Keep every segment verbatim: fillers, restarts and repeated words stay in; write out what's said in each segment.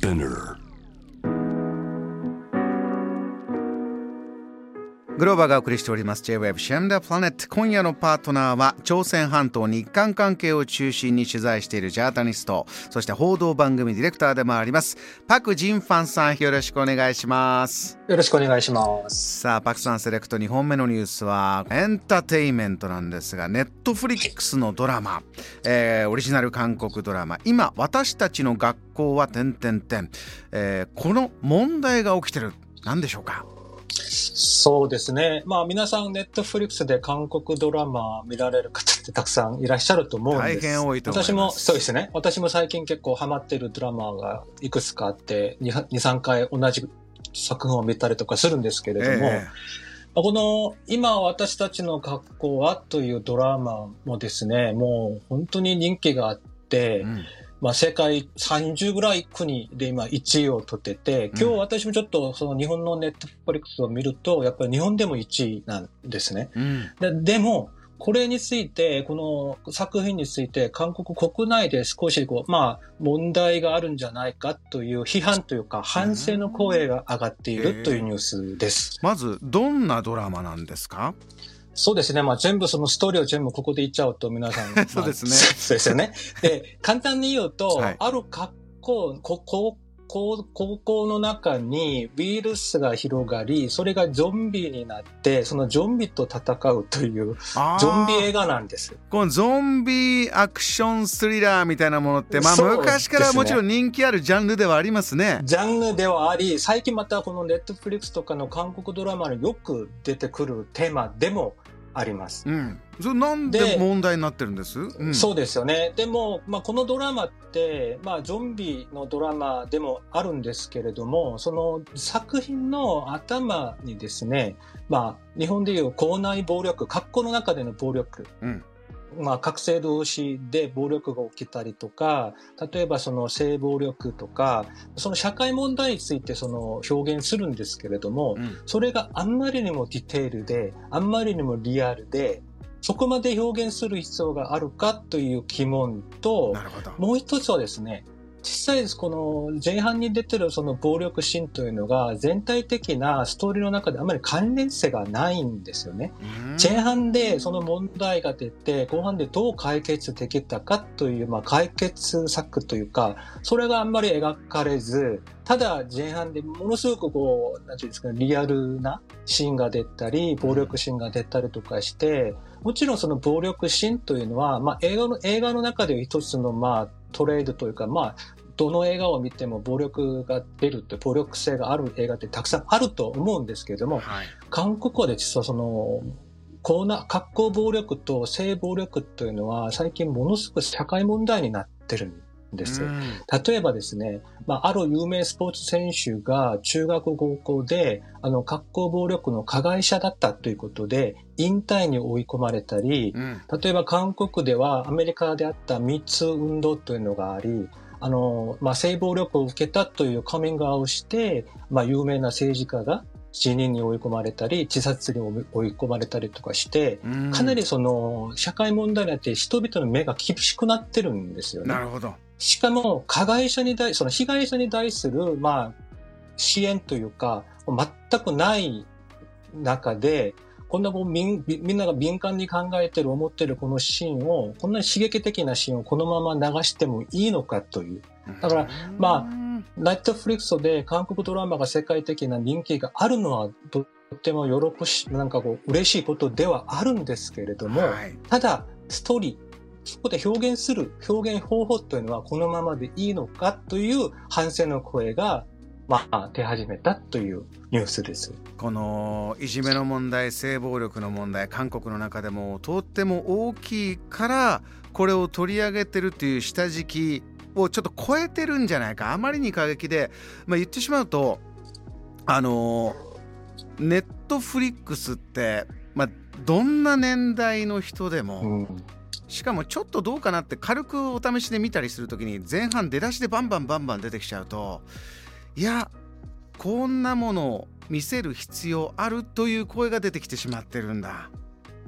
Spinner。 グローバーがお送りしております J-ウェブ シェムダプラネット。今夜のパートナーは朝鮮半島日韓関係を中心に取材しているジャーナリスト、そして報道番組ディレクターでもありますパク・ジンファンさん、よろしくお願いします。 よろしくお願いします。 さあパクさんセレクトにほんめのニュースはエンターテインメントなんですが、ネットフリックスのドラマ、えー、オリジナル韓国ドラマ、今私たちの学校は点々点、えー、この問題が起きてる、何でしょうか。 そうですね。まあ皆さんネットフリックスで韓国ドラマ見られる方ってたくさんいらっしゃると思うんです。 大変多いと思います。 私もそうですね。私も最近結構ハマってるドラマがいくつかあってに、さんかい同じ作品を見たりとかするんですけれども、えー、この今私たちの学校はというドラマもですね、もう本当に人気があって、うん、まあ世界さんじゅうぐらい国で今いちいを取ってて、今日私もちょっとその日本のネットフリックスを見ると、やっぱり日本でもいちいなんですね。うん、で, でも、これについて、この作品について韓国国内で少しこう、まあ問題があるんじゃないかという批判というか反省の声が上がっているというニュースです。 まず、どんなドラマなんですか？ そうですね。まあ全部そのストーリーを全部ここで言っちゃうと皆さん。 そうですね。 まあ、そうですよね。で、簡単に言うと、はい、ある学校、ここ、高校の中にウイルスが広がり、それがゾンビになって、そのゾンビと戦うというゾンビ映画なんです。 このゾンビアクションスリラーみたいなものって、まあ昔からもちろん人気あるジャンルではありますね。 ジャンルではあり、最近またこのネットフリックスとかの韓国ドラマによく出てくるテーマでもあります。 うん、それなんで問題になってるんです？ うん、そうですよね。でも、まあ、このドラマって、まあ、ゾンビのドラマでもあるんですけれども、その作品の頭にですね、まあ、日本でいう校内暴力、学校の中での暴力、うんまあ、学生同士で暴力が起きたりとか、例えばその性暴力とか、その社会問題についてその表現するんですけれども、うん、それがあんまりにもディテールで、あんまりにもリアルで、そこまで表現する必要があるかという疑問と、もう一つはですね、実際この前半に出てるその暴力シーンというのが全体的なストーリーの中であまり関連性がないんですよね。前半でその問題が出て後半でどう解決できたかという、まあ、解決策というか、それがあんまり描かれず、ただ前半でものすごくこう、なんていうんですかね、リアルなシーンが出たり、暴力シーンが出たりとかして、もちろんその暴力シーンというのは、まあ映画の、映画の中で一つのまあトレードというか、まあ、どの映画を見ても暴力が出るって、暴力性がある映画ってたくさんあると思うんですけれども、はい、韓国はで実はその、こんな学校暴力と性暴力というのは最近ものすごく社会問題になってるんです。例えばですね、まあ、ある有名スポーツ選手が中学高校で、あの、学校暴力の加害者だったということで、引退に追い込まれたり、うん、例えば韓国ではアメリカであったミーツー運動というのがあり、あの、まあ、性暴力を受けたというカミングアウトをして、まあ、有名な政治家が辞任に追い込まれたり、自殺に追い込まれたりとかして、かなりその、社会問題になって人々の目が厳しくなってるんですよね。 なるほど。 しかも、加害者に対、その被害者に対する、まあ、支援というか、全くない中で、こんなこうみん、みんなが敏感に考えてる、思ってるこのシーンを、こんなに刺激的なシーンをこのまま流してもいいのかという。だから、まあ、ネットフリックスで韓国ドラマが世界的な人気があるのは、とっても喜ぶし、なんかこう、嬉しいことではあるんですけれども、はい、ただ、ストーリー、そこで表現する表現方法というのはこのままでいいのかという反省の声が、まあ、出始めたというニュースです。 このいじめの問題、性暴力の問題、韓国の中でもとっても大きいからこれを取り上げてるという下敷きをちょっと超えてるんじゃないか、あまりに過激で、まあ、言ってしまうとあのネットフリックスって、まあ、どんな年代の人でも、うん、しかもちょっとどうかなって軽くお試しで見たりするときに前半出だしでバンバンバンバン出てきちゃうと、いやこんなものを見せる必要あるという声が出てきてしまってるんだ。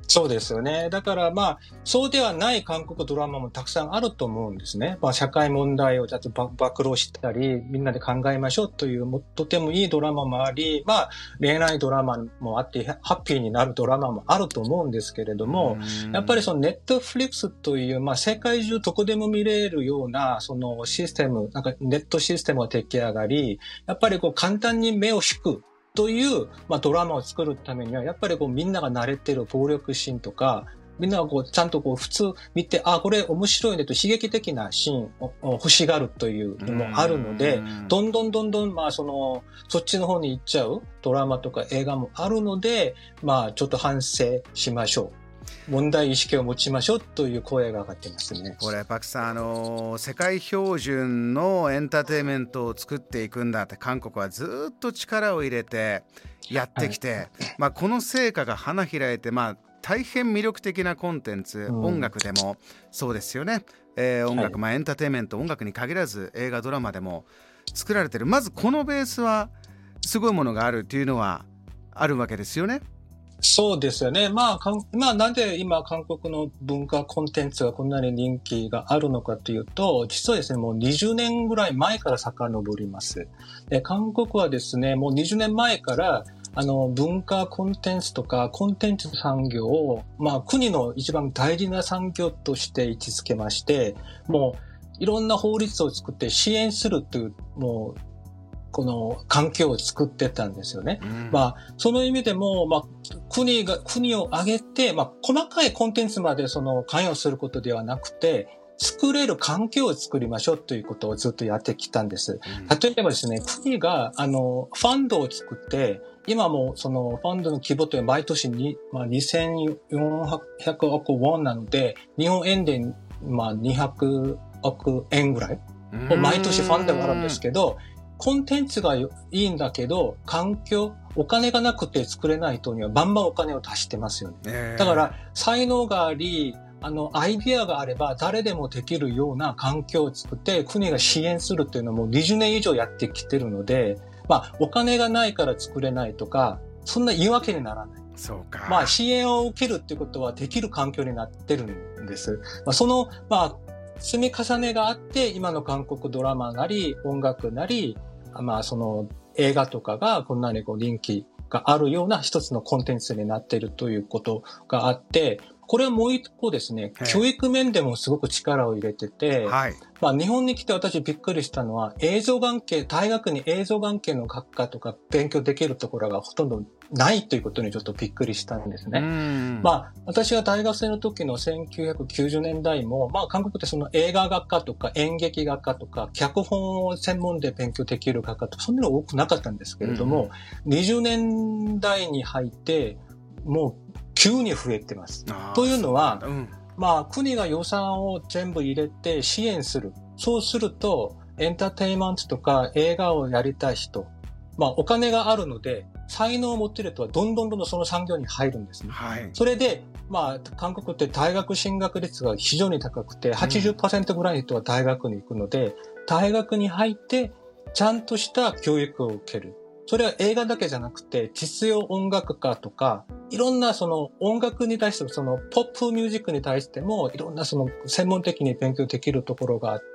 そうですよね。だからまあ、そうではない韓国ドラマもたくさんあると思うんですね。まあ、社会問題をちょっと暴露したり、みんなで考えましょうという、とてもいいドラマもあり、まあ、恋愛ドラマもあって、ハッピーになるドラマもあると思うんですけれども、やっぱりそのネットフリックスという、まあ、世界中どこでも見れるような、そのシステム、なんかネットシステムが出来上がり、やっぱりこう簡単に目を引く。という、まあ、ドラマを作るためには、やっぱりこうみんなが慣れてる暴力シーンとか、みんながこうちゃんとこう普通見て、あ、これ面白いねと刺激的なシーンを欲しがるというのもあるので、どんどんどんどん、まあその、そっちの方に行っちゃうドラマとか映画もあるので、まあちょっと反省しましょう。問題意識を持ちましょうという声が上がってますね。 これパクさん、あの世界標準のエンターテインメントを作っていくんだって韓国はずっと力を入れてやってきて、はい、まあ、この成果が花開いて、まあ、大変魅力的なコンテンツ、うん、音楽でもそうですよね、えー、音楽、はい、まあ、エンターテインメント、音楽に限らず映画ドラマでも作られてる。まずこのベースはすごいものがあるっていうのはあるわけですよね。 そうですよね。まあ、かんまあ、なんで今韓国の文化コンテンツがこんなに人気があるのかというと、実はですね、もうにじゅうねんぐらい前から遡ります。で、韓国はですね、もうにじゅうねんまえから、あの、文化コンテンツとかコンテンツ産業を、まあ、国の一番大事な産業として位置づけまして、もう、いろんな法律を作って支援するという、もう、この環境を作ってたんですよね。うん、まあ、その意味でも、まあ、国が、国を挙げて、まあ、細かいコンテンツまでその関与することではなくて、作れる環境を作りましょうということをずっとやってきたんです。うん、例えばですね、国が、あの、ファンドを作って、今もそのファンドの規模というのは毎年に、まあ、にせんよんひゃくおくウォンなので、日本円で、まあ、にひゃくおくえんぐらい、毎年ファンドがあるんですけど、コンテンツがいいんだけど、環境、お金がなくて作れない人にはバンバンお金を出してますよね。えー、だから、才能があり、あの、アイディアがあれば誰でもできるような環境を作って国が支援するっていうのもにじゅうねん以上やってきてるので、まあ、お金がないから作れないとか、そんな言い訳にならない。 そうか。 まあ、支援を受けるっていうことはできる環境になってるんです。まあ、その、まあ、積み重ねがあって、今の韓国ドラマなり、音楽なり、まあその映画とかがこんなにこう人気があるような一つのコンテンツになっているということがあって、これはもう一個ですね、教育面でもすごく力を入れてて、はい、まあ日本に来て私びっくりしたのは映像関係、大学に映像関係の学科とか勉強できるところがほとんどないということにちょっとびっくりしたんですね。まあ私が大学生の時のせんきゅうひゃくきゅうじゅうねんだいも、まあ韓国ってその映画学科とか演劇学科とか脚本を専門で勉強できる学科とかそんなの多くなかったんですけれども、にじゅうねんだいに入ってもう急に増えてます。というのは、うん、まあ国が予算を全部入れて支援する。そうするとエンターテインメントとか映画をやりたい人、まあお金があるので才能を持っている人はどんどんどんどんその産業に入るんですね。はい、それで、まあ韓国って大学進学率が非常に高くて はちじゅっパーセント ぐらいの人は大学に行くので、うん、大学に入ってちゃんとした教育を受ける。それは映画だけじゃなくて、実用音楽家とか、いろんなその音楽に対しても、そのポップミュージックに対しても、いろんなその専門的に勉強できるところがあって、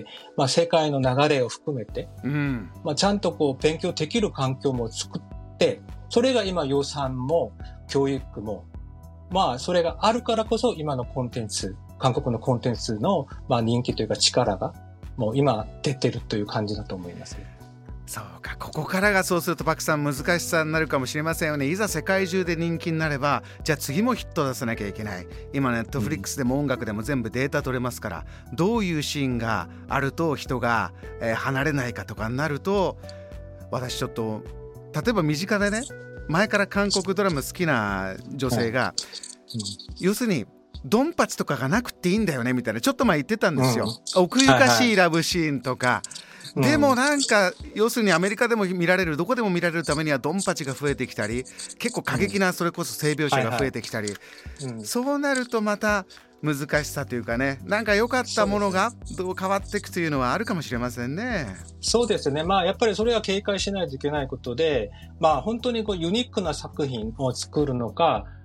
まあ世界の流れを含めて、うん、まあちゃんとこう勉強できる環境も作って、それが今予算も教育も、まあそれがあるからこそ今のコンテンツ、韓国のコンテンツのまあ人気というか力がもう今出てるという感じだと思います。 そうか、ここからがそうするとパクさん難しさになるかもしれませんよね。いざ世界中で人気になれば、じゃあ次もヒット出さなきゃいけない。今ネットフリックスでも音楽でも全部データ取れますから、うん、どういうシーンがあると人が、えー、離れないかとかになると、私ちょっと例えば身近でね、前から韓国ドラマ好きな女性が、うんうん、要するにドンパチとかがなくていいんだよねみたいなちょっと前言ってたんですよ、うん、奥ゆかしいラブシーンとか、はいはい、でもなんか要するにアメリカでも見られる、どこでも見られるためにはドンパチが増えてきたり、結構過激なそれこそ性描写が増えてきたり、そうなるとまた難しさというかね、なんか良かったものがどう変わっていくというのはあるかもしれませんね。 そうですね。まあやっぱりそれは警戒しないといけないことで、まあ本当にこうユニークな作品を作るのか、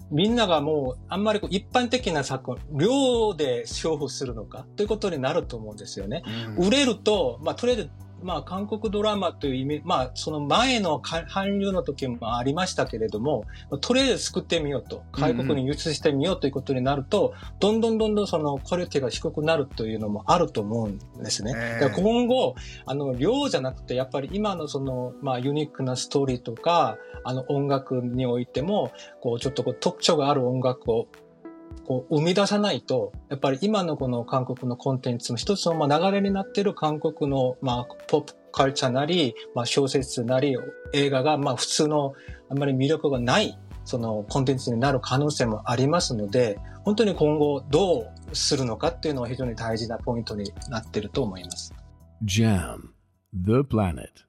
みんながもうあんまりこう一般的な作品、量で勝負するのかということになると思うんですよね。うん、売れると、まあとりあえず、まあ韓国ドラマという意味、まあその前の韓流の時もありましたけれども、とりあえず作ってみようと、外国に輸出してみようということになると、うんうん、どんどんどんどんそのクオリティが低くなるというのもあると思うんですね。えー、だから今後、あの量じゃなくてやっぱり今のその、まあユニークなストーリーとか、あの音楽においても、こうちょっとこう特徴がある音楽をこう生み出さないと、やっぱり今のこの韓国のコンテンツの一つのまあ流れになっている韓国のまあポップカルチャーなり、まあ小説なり映画がまあ普通のあんまり魅力がないそのコンテンツになる可能性もありますので、本当に今後どうするのかっていうのは非常に大事なポイントになっていると思います。 ジャム The Planet